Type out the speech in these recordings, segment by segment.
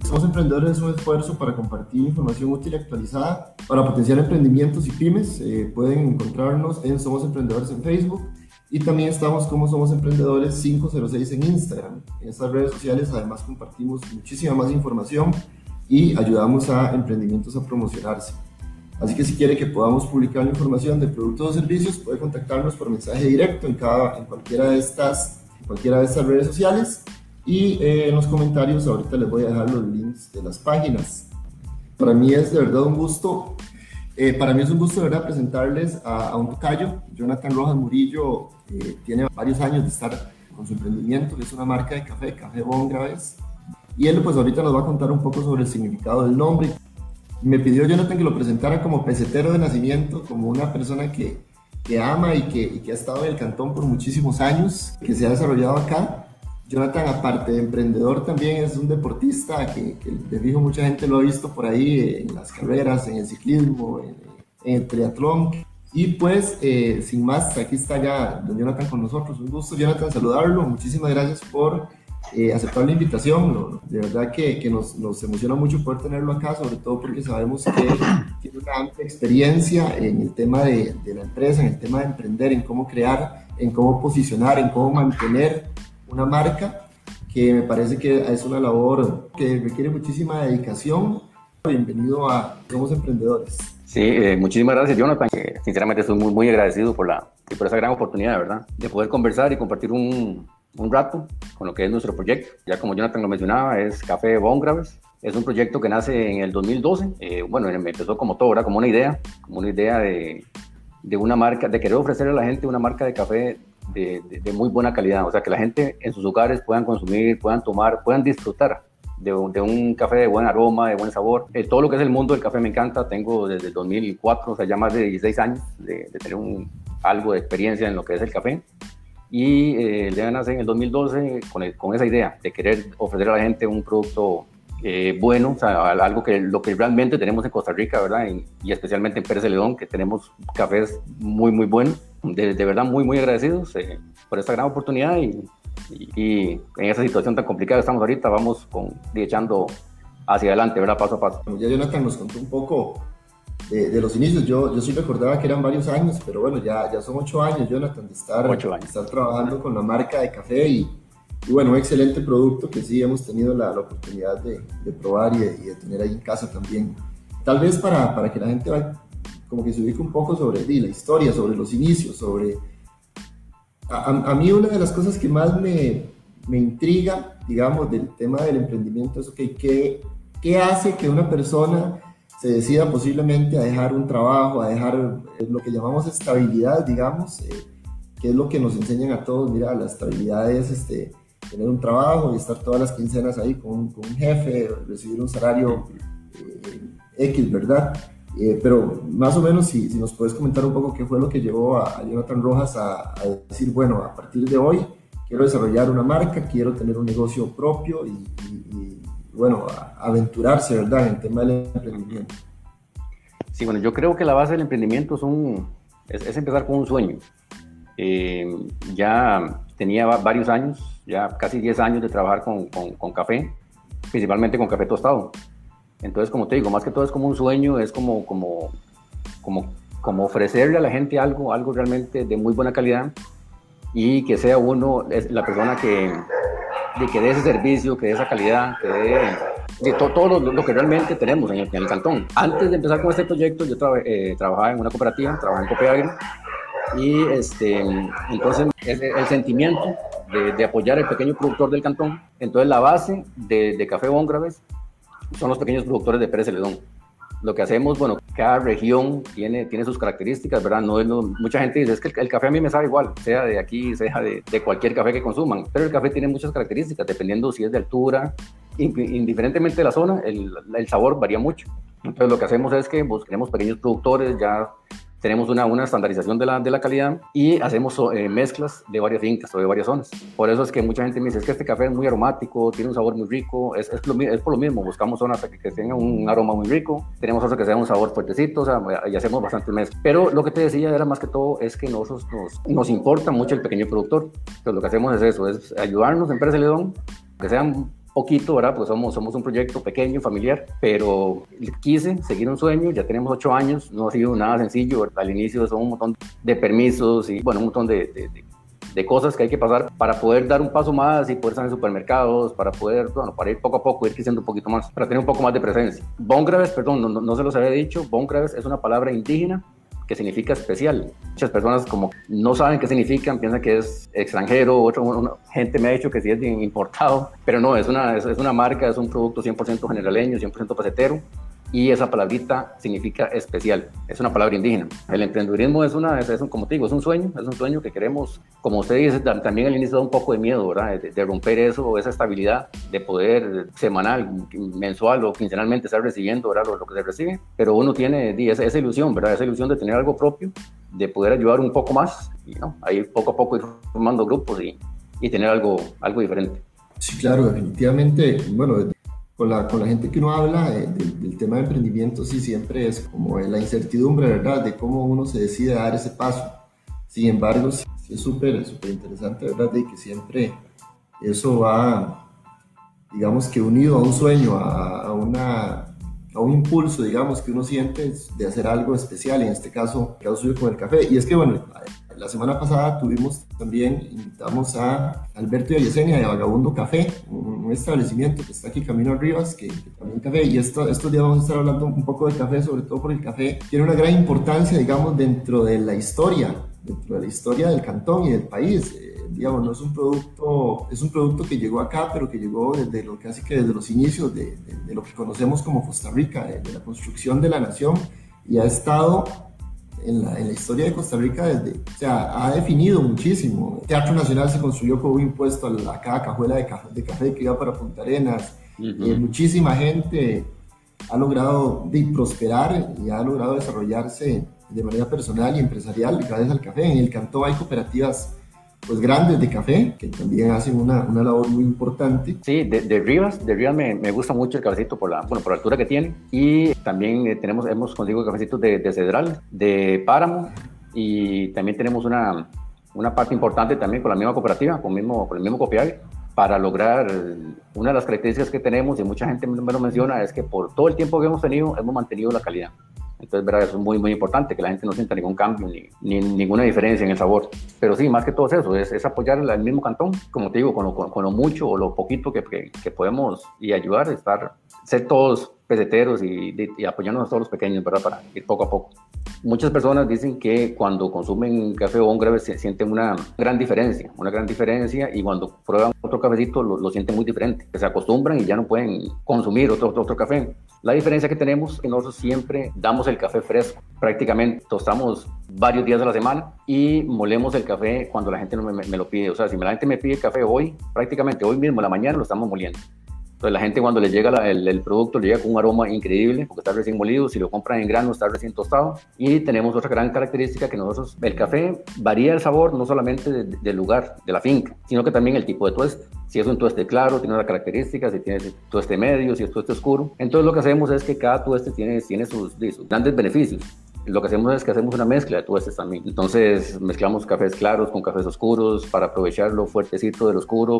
Somos Emprendedores es un esfuerzo para compartir información útil y actualizada para potenciar emprendimientos y pymes. Pueden encontrarnos en Somos Emprendedores en Facebook y también estamos como Somos Emprendedores 506 en Instagram. En estas redes sociales además compartimos muchísima más información y ayudamos a emprendimientos a promocionarse. Así que si quiere que podamos publicar la información de productos o servicios, puede contactarnos por mensaje directo en cualquiera de estas redes sociales. Y en los comentarios ahorita les voy a dejar los links de las páginas. Para mí es de verdad un gusto, de verdad presentarles a un tocayo. Jonathan Rojas Murillo tiene varios años de estar con su emprendimiento, que es una marca de café, Café Bon Graves. Y él pues ahorita nos va a contar un poco sobre el significado del nombre. Me pidió Jonathan que lo presentara como pesetero de nacimiento, como una persona que ama y que ha estado en el cantón por muchísimos años, que se ha desarrollado acá. Jonathan, aparte de emprendedor, también es un deportista que de fijo mucha gente lo ha visto por ahí en las carreras, en el ciclismo, en el triatlón. Y pues, sin más, aquí está ya don Jonathan con nosotros. Un gusto, Jonathan, saludarlo. Muchísimas gracias por aceptar la invitación. De verdad que nos emociona mucho poder tenerlo acá, sobre todo porque sabemos que tiene una amplia experiencia en el tema de la empresa, en el tema de emprender, en cómo crear, en cómo posicionar, en cómo mantener una marca, que me parece que es una labor que requiere muchísima dedicación. Bienvenido a Somos Emprendedores. Sí, muchísimas gracias, Jonathan. Sinceramente estoy muy agradecido por esa gran oportunidad, ¿verdad? De poder conversar y compartir un rato con lo que es nuestro proyecto. Ya como Jonathan lo mencionaba, es Café Bon Graves. Es un proyecto que nace en el 2012. Bueno, me empezó como todo, ¿verdad? Como una idea de una marca, de querer ofrecerle a la gente una marca de café de muy buena calidad, o sea, que la gente en sus hogares puedan consumir, puedan tomar, puedan disfrutar de un café de buen aroma, de buen sabor. Todo lo que es el mundo del café me encanta. Tengo desde el 2004, o sea, ya más de 16 años de tener algo de experiencia en lo que es el café. Y ya nace en el 2012 con esa idea de querer ofrecer a la gente un producto bueno, o sea, algo lo que realmente tenemos en Costa Rica, ¿verdad? Y especialmente en Pérez Celedón, que tenemos cafés muy buenos. De verdad muy agradecidos por esta gran oportunidad y en esa situación tan complicada que estamos ahorita, vamos echando hacia adelante, ¿verdad? Paso a paso. Como ya Jonathan nos contó un poco de los inicios, yo sí recordaba que eran varios años, pero bueno, ya son 8 años, Jonathan, de estar trabajando con la marca de café y bueno, un excelente producto que sí hemos tenido la oportunidad de probar y de tener ahí en casa también. Tal vez para que la gente como que se ubique un poco sobre la historia, sobre los inicios, A mí una de las cosas que más me intriga, digamos, del tema del emprendimiento es, okay, ¿qué hace que una persona se decida posiblemente a dejar un trabajo, a dejar lo que llamamos estabilidad, digamos, que es lo que nos enseñan a todos? Mira, la estabilidad es tener un trabajo y estar todas las quincenas ahí con un jefe, recibir un salario X, ¿verdad? Pero más o menos si nos puedes comentar un poco qué fue lo que llevó a Jonathan Rojas a decir, bueno, a partir de hoy quiero desarrollar una marca, quiero tener un negocio propio y bueno, aventurarse, ¿verdad?, en el tema del emprendimiento. Sí, bueno, yo creo que la base del emprendimiento es empezar con un sueño. Ya tenía varios años, ya casi 10 años de trabajar con café, principalmente con café tostado. Entonces, como te digo, más que todo es como un sueño, es como ofrecerle a la gente algo realmente de muy buena calidad y que sea uno la persona que dé ese servicio, que dé esa calidad, que dé de todo lo que realmente tenemos en el cantón. Antes de empezar con este proyecto, yo trabajaba en una cooperativa, trabajaba en Copeagri, y entonces el sentimiento de apoyar al pequeño productor del cantón. Entonces la base de Café Bon Graves son los pequeños productores de Pérez Celedón. Lo que hacemos, bueno, cada región tiene sus características, ¿verdad? Mucha gente dice, es que el café a mí me sabe igual, sea de aquí, sea de cualquier café que consuman, pero el café tiene muchas características, dependiendo si es de altura, indiferentemente de la zona, el sabor varía mucho. Entonces lo que hacemos es que busquemos pequeños productores, ya tenemos una estandarización de la calidad y hacemos mezclas de varias fincas o de varias zonas. Por eso es que mucha gente me dice, es que este café es muy aromático, tiene un sabor muy rico, es por lo mismo, buscamos zonas que tengan un aroma muy rico, tenemos otras que tengan un sabor fuertecito, o sea, y hacemos bastantes mezclas. Pero lo que te decía era más que todo es que nosotros nos importa mucho el pequeño productor. Entonces lo que hacemos es eso, es ayudarnos en Pérez Celedón, que sean poquito, ¿verdad? Pues somos un proyecto pequeño, familiar, pero quise seguir un sueño, ya tenemos 8 años, no ha sido nada sencillo, ¿verdad? Al inicio son un montón de permisos y, bueno, un montón de cosas que hay que pasar para poder dar un paso más y poder estar en supermercados, para poder, bueno, para ir poco a poco, ir creciendo un poquito más, para tener un poco más de presencia. Bóncraves, perdón, no se los había dicho, Bóncraves es una palabra indígena que significa especial. Muchas personas como no saben qué significan, piensan que es extranjero, gente me ha dicho que sí es importado, pero no, es una marca, es un producto 100% generaleño, 100% pesetero, y esa palabrita significa especial, es una palabra indígena. El emprendedurismo como te digo, es un sueño que queremos, como usted dice, también al inicio da un poco de miedo, ¿verdad? De romper eso, esa estabilidad, de poder semanal, mensual o quincenalmente estar recibiendo, ¿verdad? Lo que se recibe, pero uno tiene esa ilusión, ¿verdad? Esa ilusión de tener algo propio, de poder ayudar un poco más, y ¿no? Ahí poco a poco ir formando grupos y tener algo diferente. Sí, claro, definitivamente, bueno, con la gente que uno habla del tema de emprendimiento, sí, siempre es como la incertidumbre, ¿verdad? De cómo uno se decide a dar ese paso. Sin embargo, sí, es súper interesante, ¿verdad? De que siempre eso va, digamos que unido a un sueño, a un impulso, digamos, que uno siente de hacer algo especial, en este caso, el suyo con el café. Y es que, bueno, la semana pasada invitamos a Alberto y a Yesenia de Vagabundo Café, un establecimiento que está aquí camino a Rivas, que también café, y estos días vamos a estar hablando un poco de café, sobre todo porque el café tiene una gran importancia, digamos, dentro de la historia del cantón y del país. Digamos, no es un producto que llegó acá, pero que llegó casi que desde los inicios de lo que conocemos como Costa Rica, de la construcción de la nación, y ha estado en la historia de Costa Rica ha definido muchísimo. El Teatro Nacional se construyó con un impuesto a cada cajuela de café que iba para Punta Arenas. Muchísima gente ha logrado prosperar y ha logrado desarrollarse de manera personal y empresarial gracias al café. En el cantón hay cooperativas pues grandes de café que también hacen una labor muy importante. Sí, de Rivas me gusta mucho el cafecito por la altura que tiene, y también hemos conseguido cafecitos de Cedral, de Páramo, y también tenemos una parte importante también con la misma cooperativa, con el mismo Copiagri, para lograr una de las características que tenemos, y mucha gente me lo menciona, es que por todo el tiempo que hemos tenido, hemos mantenido la calidad. Entonces, ¿verdad? Eso es muy, muy importante, que la gente no sienta ningún cambio ni ninguna diferencia en el sabor. Pero sí, más que todo eso, es apoyar al mismo cantón, como te digo, con lo mucho o lo poquito que podemos y ayudar, ser todos peseteros y apoyarnos a todos los pequeños, ¿verdad? Para ir poco a poco. Muchas personas dicen que cuando consumen café Bóncraves se sienten una gran diferencia, y cuando prueban otro cafecito lo sienten muy diferente, que se acostumbran y ya no pueden consumir otro café. La diferencia que tenemos es que nosotros siempre damos el café fresco, prácticamente tostamos varios días de la semana y molemos el café cuando la gente me lo pide. O sea, si la gente me pide café hoy, prácticamente hoy mismo en la mañana lo estamos moliendo. Entonces la gente cuando le llega el producto le llega con un aroma increíble porque está recién molido, si lo compran en grano está recién tostado. Y tenemos otra gran característica, que nosotros, el café varía el sabor no solamente del lugar, de la finca, sino que también el tipo de tueste. Si es un tueste claro, tiene una característica, si tiene tueste medio, si es tueste oscuro. Entonces lo que hacemos es que cada tueste tiene sus grandes beneficios. Lo que hacemos es que hacemos una mezcla de tuestes también. Entonces mezclamos cafés claros con cafés oscuros para aprovechar lo fuertecito del oscuro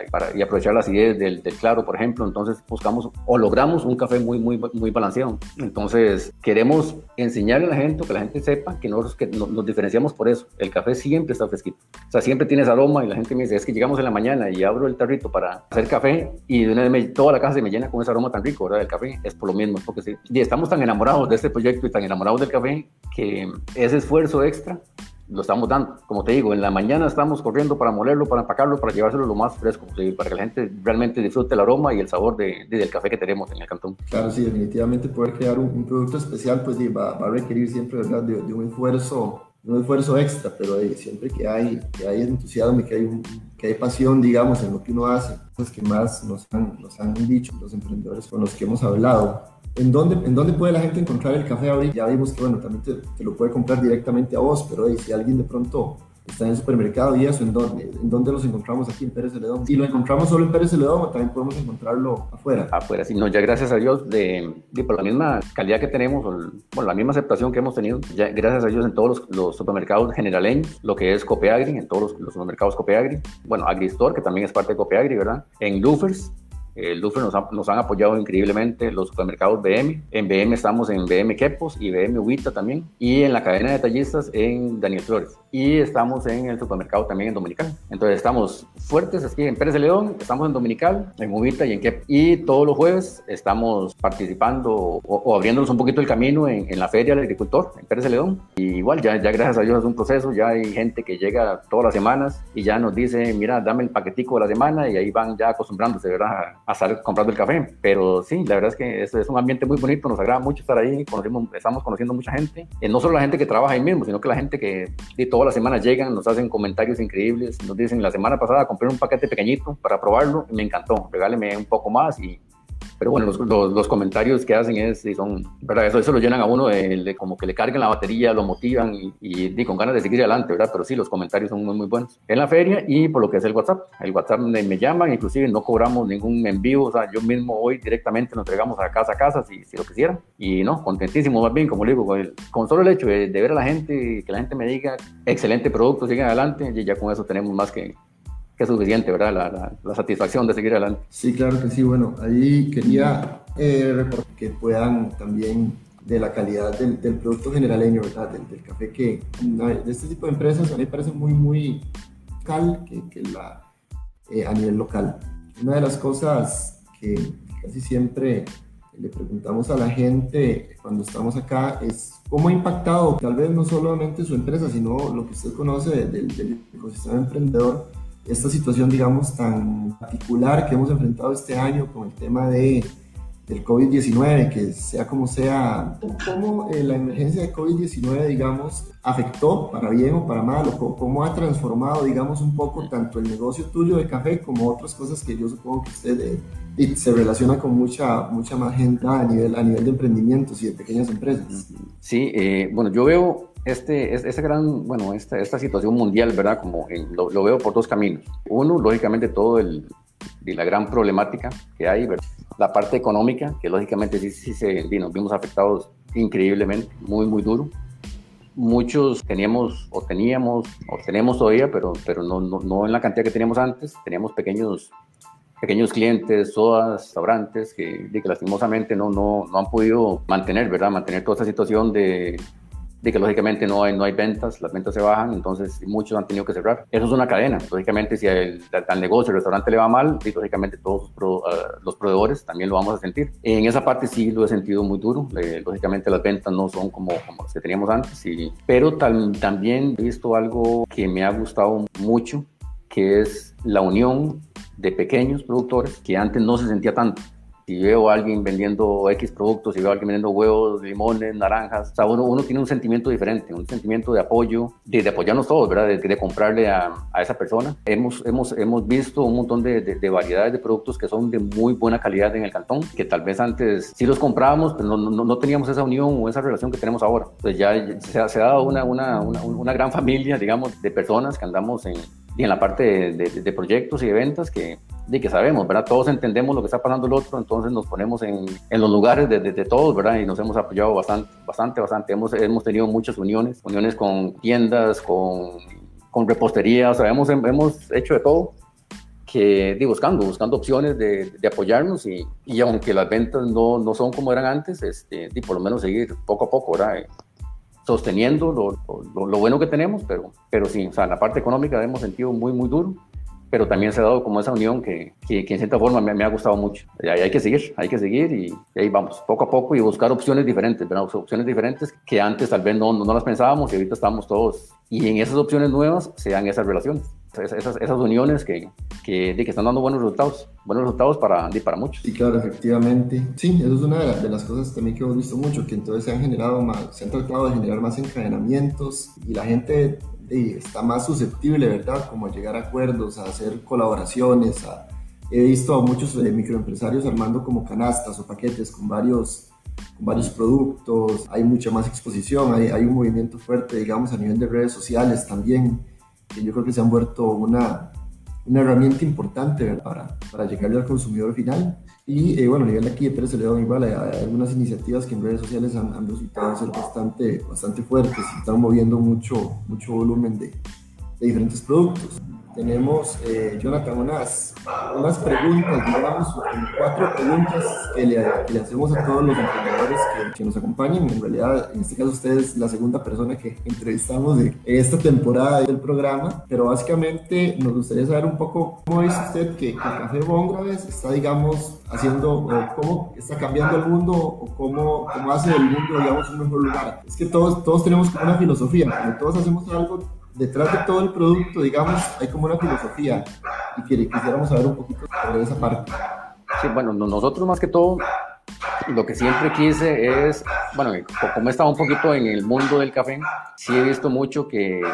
y aprovechar la acidez del claro, por ejemplo. Entonces buscamos o logramos un café muy, muy, muy balanceado. Entonces queremos enseñarle a la gente, o que la gente sepa que nosotros nos diferenciamos por eso. El café siempre está fresquito. O sea, siempre tiene ese aroma, y la gente me dice, es que llegamos en la mañana y abro el tarrito para hacer café y de una vez toda la casa se me llena con ese aroma tan rico, ¿verdad? Del café. Es por lo mismo, porque sí. Y estamos tan enamorados de este proyecto y tan enamorados del café que ese esfuerzo extra lo estamos dando. Como te digo, en la mañana estamos corriendo para molerlo, para empacarlo, para llevárselo lo más fresco posible, para que la gente realmente disfrute el aroma y el sabor del café que tenemos en el cantón. Claro, sí, definitivamente poder crear un producto especial pues va a requerir siempre, ¿verdad? de un esfuerzo extra, pero siempre que hay entusiasmo y que hay pasión, digamos, en lo que uno hace, pues que más nos han dicho los emprendedores con los que hemos hablado. ¿En dónde puede la gente encontrar el café ahorita? Ya vimos que, bueno, también te lo puede comprar directamente a vos, pero si alguien de pronto está en el supermercado y eso, ¿en dónde los encontramos aquí en Pérez Celedón? Si lo encontramos solo en Pérez Celedón, también podemos encontrarlo afuera. Afuera, sí. No, ya gracias a Dios, por la misma calidad que tenemos, por la misma aceptación que hemos tenido, ya gracias a Dios en todos los supermercados generaleños, lo que es Copiagri, en todos los supermercados Copiagri, bueno, AgriStore, que también es parte de Copiagri, ¿verdad? En Loofers, Lufre nos han apoyado increíblemente, los supermercados BM. En BM estamos en BM Quepos y BM Ubita también. Y en la cadena de detallistas en Daniel Flores. Y estamos en el supermercado también en Dominical. Entonces estamos fuertes aquí en Pérez Celedón, estamos en Dominical, en Ubita y en Quepos. Y todos los jueves estamos participando o abriéndonos un poquito el camino en la Feria del Agricultor en Pérez Celedón. Y igual ya gracias a Dios es un proceso, ya hay gente que llega todas las semanas y ya nos dice, mira, dame el paquetico de la semana, y ahí van ya acostumbrándose, ¿verdad?, a estar comprando el café. Pero sí, la verdad es que es un ambiente muy bonito, nos agrada mucho estar ahí, estamos conociendo mucha gente, no solo la gente que trabaja ahí mismo, sino que la gente que todas las semanas llegan, nos hacen comentarios increíbles, nos dicen, la semana pasada compré un paquete pequeñito para probarlo y me encantó, regáleme un poco más. Pero bueno, los comentarios que hacen son, ¿verdad? Eso lo llenan a uno de como que le cargan la batería, lo motivan y con ganas de seguir adelante, ¿verdad? Pero sí, los comentarios son muy, muy buenos. En la feria y por lo que es el WhatsApp me llaman, inclusive no cobramos ningún envío, o sea, yo mismo hoy directamente nos entregamos a casa si lo quisiera. Y no, contentísimo más bien, como le digo, con solo el hecho de ver a la gente, que la gente me diga, excelente producto, sigan adelante, y ya con eso tenemos más que suficiente, ¿verdad? La satisfacción de seguir adelante. Sí, claro que sí. Bueno, ahí quería reportar que puedan también de la calidad del producto generaleño, ¿verdad? Del café, que de este tipo de empresas a mí me parece muy, muy local a nivel local. Una de las cosas que casi siempre le preguntamos a la gente cuando estamos acá es cómo ha impactado, tal vez no solamente su empresa, sino lo que usted conoce del ecosistema emprendedor, esta situación, digamos, tan particular que hemos enfrentado este año con el tema del COVID-19, que sea como sea, cómo la emergencia de COVID-19, digamos, afectó para bien o para mal, o cómo ha transformado, digamos, un poco tanto el negocio tuyo de café como otras cosas que yo supongo que usted se relaciona con mucha más gente a nivel de emprendimientos y de pequeñas empresas. Sí, bueno, yo veo esta situación mundial, ¿verdad? Como lo veo por dos caminos. Uno, lógicamente, la gran problemática que hay, ¿verdad? La parte económica, que lógicamente sí nos vimos afectados increíblemente, muy, muy duro. Muchos tenemos todavía, pero no en la cantidad que teníamos antes. Teníamos pequeños clientes, sodas, restaurantes que lastimosamente no han podido mantener, ¿verdad? Mantener toda esta situación de que lógicamente no hay ventas, las ventas se bajan, entonces muchos han tenido que cerrar. Eso es una cadena. Lógicamente, si al negocio, el restaurante le va mal, y lógicamente todos los proveedores también lo vamos a sentir. En esa parte sí lo he sentido muy duro. Lógicamente las ventas no son como las que teníamos antes, pero también he visto algo que me ha gustado mucho, que es la unión de pequeños productores que antes no se sentía tanto. Si veo a alguien vendiendo X productos, si veo a alguien vendiendo huevos, limones, naranjas, o sea, uno tiene un sentimiento diferente, un sentimiento de apoyo, de apoyarnos todos, ¿verdad? De comprarle a esa persona. Hemos visto un montón de variedades de productos que son de muy buena calidad en el cantón, que tal vez antes sí los comprábamos, pero no teníamos esa unión o esa relación que tenemos ahora. Entonces ya se ha dado una gran familia, digamos, de personas que andamos en la parte de proyectos y de ventas que sabemos, ¿verdad? Todos entendemos lo que está pasando el otro, entonces nos ponemos en los lugares de todos, ¿verdad? Y nos hemos apoyado bastante. Hemos tenido muchas uniones con tiendas, con repostería, o sea, hemos hecho de todo, buscando opciones de apoyarnos y aunque las ventas no son como eran antes, por lo menos seguir poco a poco, ¿verdad? Sosteniendo lo bueno que tenemos, pero sí, o sea, en la parte económica hemos sentido muy, muy duro, pero también se ha dado como esa unión que en cierta forma me ha gustado mucho. Y hay que seguir y ahí vamos, poco a poco, y buscar opciones diferentes, ¿verdad? Opciones diferentes que antes tal vez no las pensábamos y ahorita estamos todos. Y en esas opciones nuevas se dan esas relaciones, esas uniones que están dando buenos resultados para muchos. Sí, claro, efectivamente. Sí, eso es una de las cosas también que hemos visto mucho, que entonces se han tratado de generar más encadenamientos y la gente está más susceptible, ¿verdad? Como a llegar a acuerdos, a hacer colaboraciones. He visto a muchos microempresarios armando como canastas o paquetes con varios productos. Hay mucha más exposición, hay un movimiento fuerte, digamos, a nivel de redes sociales también, que yo creo que se han vuelto una herramienta importante, ¿verdad? para llegarle al consumidor final. Y bueno, a nivel de aquí de Pérez Celedón igual hay algunas iniciativas que en redes sociales han resultado ser bastante fuertes y están moviendo mucho volumen de diferentes productos. tenemos, Jonathan, unas preguntas, digamos, 4 preguntas que le hacemos a todos los emprendedores que nos acompañan. En realidad, en este caso, usted es la segunda persona que entrevistamos de esta temporada del programa, pero básicamente nos gustaría saber un poco cómo dice usted que el Café Bongraves está, digamos, haciendo, o cómo está cambiando el mundo, o cómo hace del mundo, digamos, un mejor lugar. Es que todos tenemos como una filosofía, cuando todos hacemos algo, detrás de todo el producto, digamos, hay como una filosofía y quisiéramos saber un poquito sobre esa parte. Sí, bueno, nosotros más que todo, lo que siempre quise es, bueno, como he estado un poquito en el mundo del café, sí he visto mucho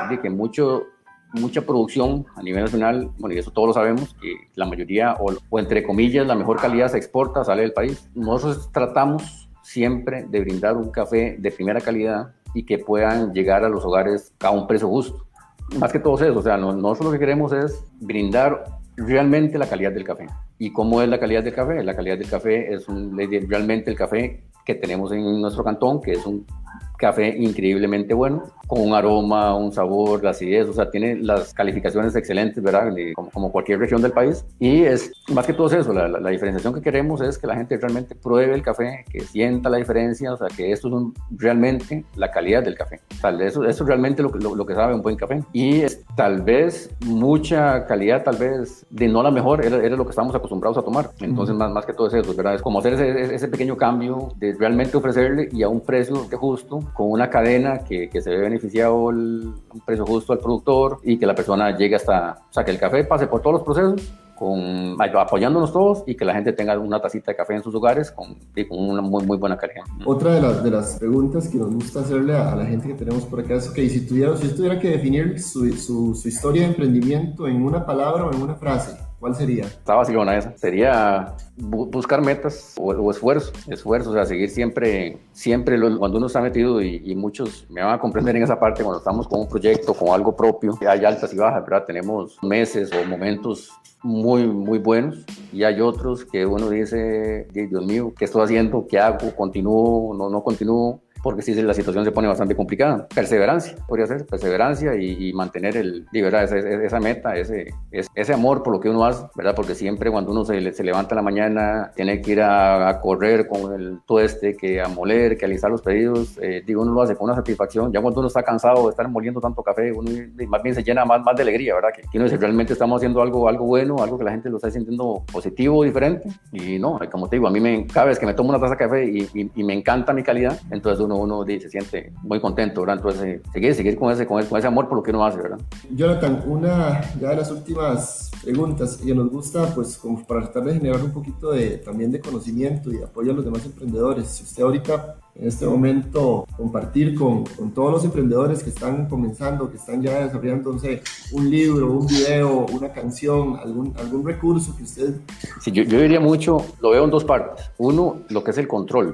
mucha producción a nivel nacional, bueno, y eso todos lo sabemos, que la mayoría, o entre comillas, la mejor calidad se exporta, sale del país. Nosotros tratamos siempre de brindar un café de primera calidad y que puedan llegar a los hogares a un precio justo. Más que todo eso, o sea, nosotros lo que queremos es brindar realmente la calidad del café. ¿Y cómo es la calidad del café? La calidad del café es realmente el café que tenemos en nuestro cantón, que es un café increíblemente bueno, con un aroma, un sabor, la acidez, o sea, tiene las calificaciones excelentes, ¿verdad? Como cualquier región del país. Y es más que todo eso, la diferenciación que queremos es que la gente realmente pruebe el café, que sienta la diferencia, o sea, que esto es realmente la calidad del café. O sea, eso es realmente lo que sabe un buen café. Y tal vez mucha calidad, tal vez de no la mejor, era lo que estamos acostumbrados a tomar. Entonces, más que todo es eso, ¿verdad? Es como hacer ese pequeño cambio de realmente ofrecerle y a un precio justo, con una cadena que se ve beneficiado un precio justo al productor y que la persona llegue hasta, o sea, que el café pase por todos los procesos, apoyándonos todos y que la gente tenga una tacita de café en sus hogares con una muy buena calidad. Otra de las preguntas que nos gusta hacerle a la gente que tenemos por acá es, si tuviera que definir su historia de emprendimiento en una palabra o en una frase, ¿cuál sería? Está vacilona esa. Sería buscar metas o esfuerzo, o sea, seguir siempre cuando uno está metido, y muchos me van a comprender en esa parte, cuando estamos con un proyecto, con algo propio, hay altas y bajas, ¿verdad? Tenemos meses o momentos muy buenos y hay otros que uno dice, Dios mío, ¿qué estoy haciendo? ¿Qué hago? ¿Continúo? ¿No continúo? Porque si la situación se pone bastante complicada. Perseverancia, podría ser, perseverancia y mantener ¿verdad? Esa meta, ese amor por lo que uno hace, ¿verdad? Porque siempre cuando uno se levanta en la mañana, tiene que ir a correr con el tueste, que a moler, que a alistar los pedidos, uno lo hace con una satisfacción. Ya cuando uno está cansado de estar moliendo tanto café, uno más bien se llena más de alegría, ¿verdad? Que uno dice, realmente estamos haciendo algo bueno, algo que la gente lo está sintiendo positivo, diferente. Y no, como te digo, a mí cada vez que me tomo una taza de café y me encanta mi calidad, entonces uno se siente muy contento, ¿verdad? Entonces, seguir con ese amor por lo que uno hace, ¿verdad? Jonathan, una ya de las últimas preguntas que nos gusta, pues como para tratar de generar un poquito también de conocimiento y de apoyo a los demás emprendedores. Si usted ahorita, en este momento, compartir con todos los emprendedores que están comenzando, que están ya desarrollando, no sé, un libro, un video, una canción, algún recurso que usted... Sí, yo diría mucho, lo veo en dos partes. Uno, lo que es el control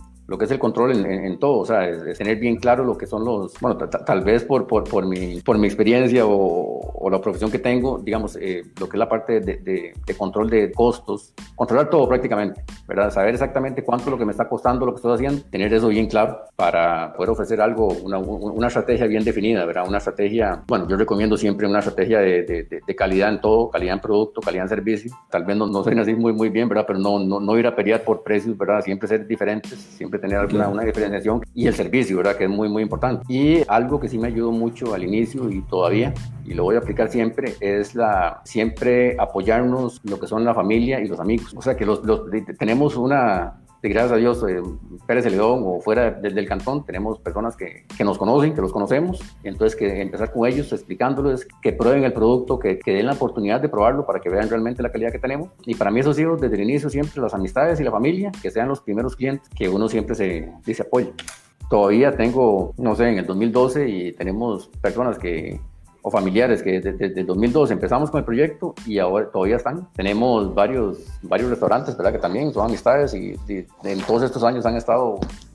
en todo, o sea, es tener bien claro lo que son bueno, tal vez por mi experiencia o la profesión que tengo, digamos, lo que es la parte de control de costos, controlar todo prácticamente, ¿verdad? Saber exactamente cuánto es lo que me está costando lo que estoy haciendo, tener eso bien claro para poder ofrecer algo, una estrategia bien definida, ¿verdad? Una estrategia, bueno, yo recomiendo siempre una estrategia de calidad en todo, calidad en producto, calidad en servicio. Tal vez no soy así muy bien, ¿verdad? Pero no ir a pelear por precios, ¿verdad? Siempre ser diferentes, siempre tener una diferenciación, y el servicio, ¿verdad? Que es muy importante. Y algo que sí me ayudó mucho al inicio y todavía, y lo voy a aplicar siempre, es siempre apoyarnos lo que son la familia y los amigos. O sea, que tenemos gracias a Dios, Pérez Celedón o fuera del cantón, tenemos personas que nos conocen, que los conocemos, y entonces que empezar con ellos explicándoles que prueben el producto, que den la oportunidad de probarlo para que vean realmente la calidad que tenemos. Y para mí eso ha sido desde el inicio siempre las amistades y la familia, que sean los primeros clientes que uno siempre se apoya. Todavía tengo, no sé, en el 2012 y tenemos personas o familiares que desde el 2012 empezamos con el proyecto y ahora todavía están. Tenemos varios restaurantes, ¿verdad? Que también son amistades y en todos estos años han estado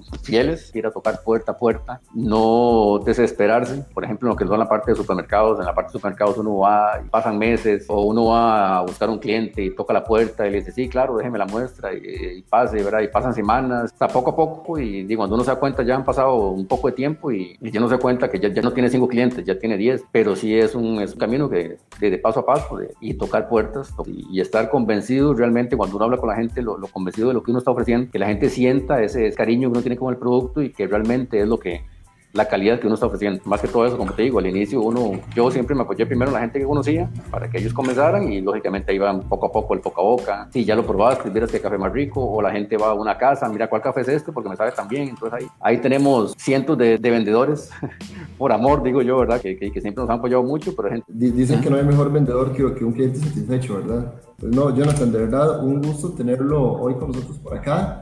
fieles, ir a tocar puerta a puerta, no desesperarse. Por ejemplo, en lo que son la parte de supermercados, en la parte de supermercados uno va y pasan meses, o uno va a buscar un cliente y toca la puerta y le dice, sí, claro, déjeme la muestra, y pase, ¿verdad? Y pasan semanas, hasta poco a poco, y digo, cuando uno se da cuenta ya han pasado un poco de tiempo y ya no se da cuenta que ya no tiene 5 clientes, ya tiene 10, pero sí es un camino que de paso a paso, y tocar puertas y estar convencido realmente cuando uno habla con la gente, lo convencido de lo que uno está ofreciendo, que la gente sienta ese cariño que uno tiene con el producto y que realmente es la calidad que uno está ofreciendo. Más que todo eso, como te digo, al inicio yo siempre me apoyé primero en la gente que conocía para que ellos comenzaran y lógicamente ahí van poco a poco el boca a boca. Si ya lo probaste, vieras qué café más rico, o la gente va a una casa, mira cuál café es este porque me sabe tan bien. Entonces ahí tenemos cientos de vendedores, por amor, digo yo, ¿verdad? Que siempre nos han apoyado mucho, pero gente... Dicen que no hay mejor vendedor que un cliente satisfecho, ¿verdad? Pues no, Jonathan, de verdad, un gusto tenerlo hoy con nosotros por acá.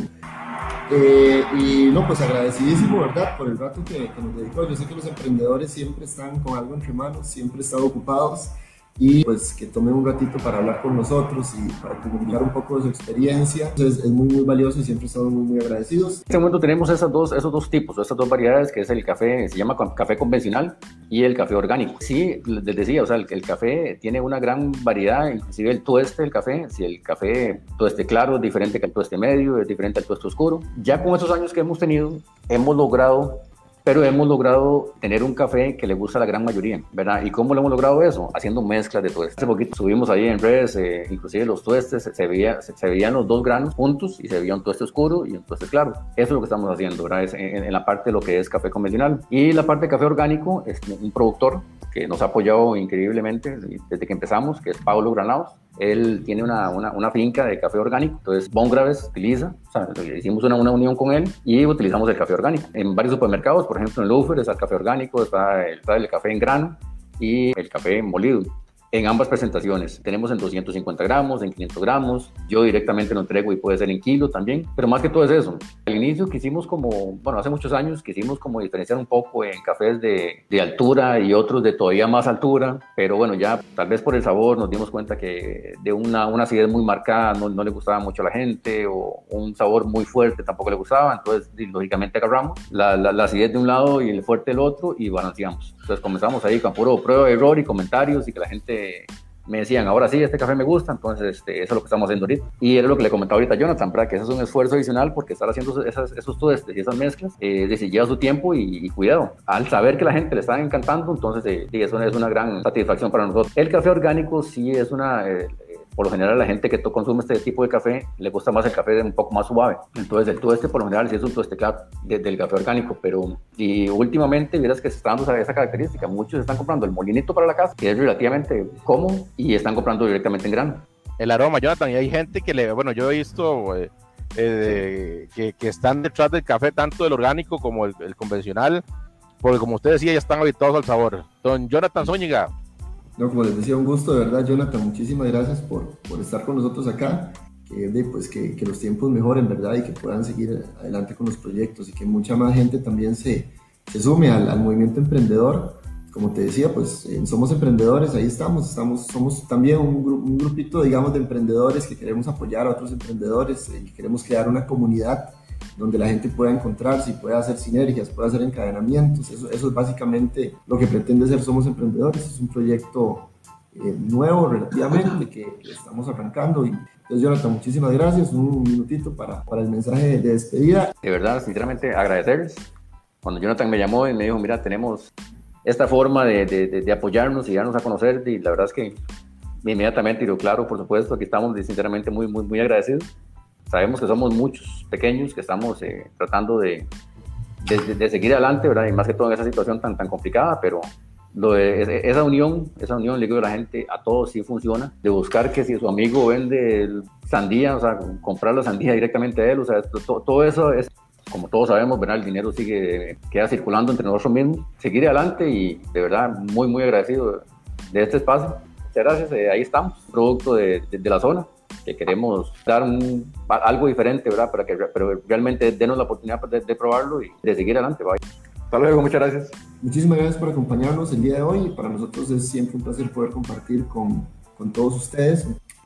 Y no, pues agradecidísimo, ¿verdad? Por el rato que nos dedicó. Yo sé que los emprendedores siempre están con algo entre manos, siempre están ocupados, y pues que tomen un ratito para hablar con nosotros y para comunicar un poco de su experiencia. Entonces es muy valioso y siempre estamos muy agradecidos. En este momento tenemos esos dos tipos, esas dos variedades, que es el café, se llama café convencional y el café orgánico. Sí, les decía, o sea, el café tiene una gran variedad, inclusive el tueste del café. Si el café tueste claro es diferente que el tueste medio, es diferente al tueste oscuro. Ya con esos años que hemos tenido, hemos logrado tener un café que le gusta a la gran mayoría, ¿verdad? ¿Y cómo lo hemos logrado eso? Haciendo mezclas de tuestes. Hace poquito subimos ahí en redes, inclusive los tuestes, se veían los 2 granos juntos y se veía un tueste oscuro y un tueste claro. Eso es lo que estamos haciendo, ¿verdad? Es en la parte de lo que es café convencional. Y la parte de café orgánico es un productor que nos ha apoyado increíblemente desde que empezamos, que es Pablo Granados. Él tiene una finca de café orgánico, entonces Bongraves utiliza, o sea, hicimos una unión con él y utilizamos el café orgánico. En varios supermercados, por ejemplo en Lofer está el café orgánico, está el café en grano y el café molido. En ambas presentaciones, tenemos en 250 gramos, en 500 gramos, yo directamente lo entrego y puede ser en kilo también, pero más que todo es eso. Al inicio quisimos hace muchos años quisimos diferenciar un poco en cafés de altura y otros de todavía más altura, pero bueno, ya tal vez por el sabor nos dimos cuenta que de una acidez muy marcada no le gustaba mucho a la gente, o un sabor muy fuerte tampoco le gustaba, entonces lógicamente agarramos la acidez de un lado y el fuerte del otro y balanceamos. Entonces comenzamos ahí con puro prueba, error y comentarios, y que la gente me decían, ahora sí, este café me gusta, entonces eso es lo que estamos haciendo ahorita. Y era lo que le comentaba ahorita a Jonathan, ¿verdad? Que eso es un esfuerzo adicional, porque estar haciendo esos tuestes y esas mezclas, lleva su tiempo y cuidado. Al saber que la gente le está encantando, entonces eso es una gran satisfacción para nosotros. El café orgánico sí es por lo general, la gente que consume este tipo de café le gusta más el café un poco más suave. Entonces, el tueste, por lo general, sí es un tueste claro del café orgánico. Y últimamente, vieras que se está dando esa característica. Muchos están comprando el molinito para la casa, que es relativamente cómodo, y están comprando directamente en grano. El aroma, Jonathan, y hay gente que yo he visto que están detrás del café, tanto del orgánico como el convencional, porque como usted decía, ya están habituados al sabor. Don Jonathan Zúñiga. No, como les decía, un gusto, de verdad, Jonathan, muchísimas gracias por estar con nosotros acá, que los tiempos mejoren, ¿verdad? Y que puedan seguir adelante con los proyectos y que mucha más gente también se sume al movimiento emprendedor. Como te decía, pues somos emprendedores, ahí somos también un grupito, digamos, de emprendedores que queremos apoyar a otros emprendedores y queremos crear una comunidad donde la gente pueda encontrarse y pueda hacer sinergias, pueda hacer encadenamientos. Eso es básicamente lo que pretende ser Somos Emprendedores. Es un proyecto nuevo relativamente que estamos arrancando. Y entonces, Jonathan, muchísimas gracias. Un minutito para el mensaje de despedida. De verdad, sinceramente, agradecerles. Cuando Jonathan me llamó y me dijo, mira, tenemos esta forma de apoyarnos y darnos a conocer, y la verdad es que inmediatamente digo, claro, por supuesto, aquí estamos sinceramente muy agradecidos. Sabemos que somos muchos pequeños que estamos tratando de seguir adelante, ¿verdad? Y más que todo en esa situación tan complicada, pero esa unión, le digo a la gente, a todos sí funciona, de buscar que si su amigo vende sandía, o sea, comprar la sandía directamente a él, o sea, todo eso es, como todos sabemos, ¿verdad? El dinero queda circulando entre nosotros mismos, seguir adelante, y de verdad muy agradecido de este espacio. Muchas gracias, ahí estamos, producto de la zona, que queremos dar algo diferente, ¿verdad? Pero realmente denos la oportunidad de probarlo y de seguir adelante. Bye. Hasta luego, muchas gracias. Muchísimas gracias por acompañarnos el día de hoy. Para nosotros es siempre un placer poder compartir con todos ustedes.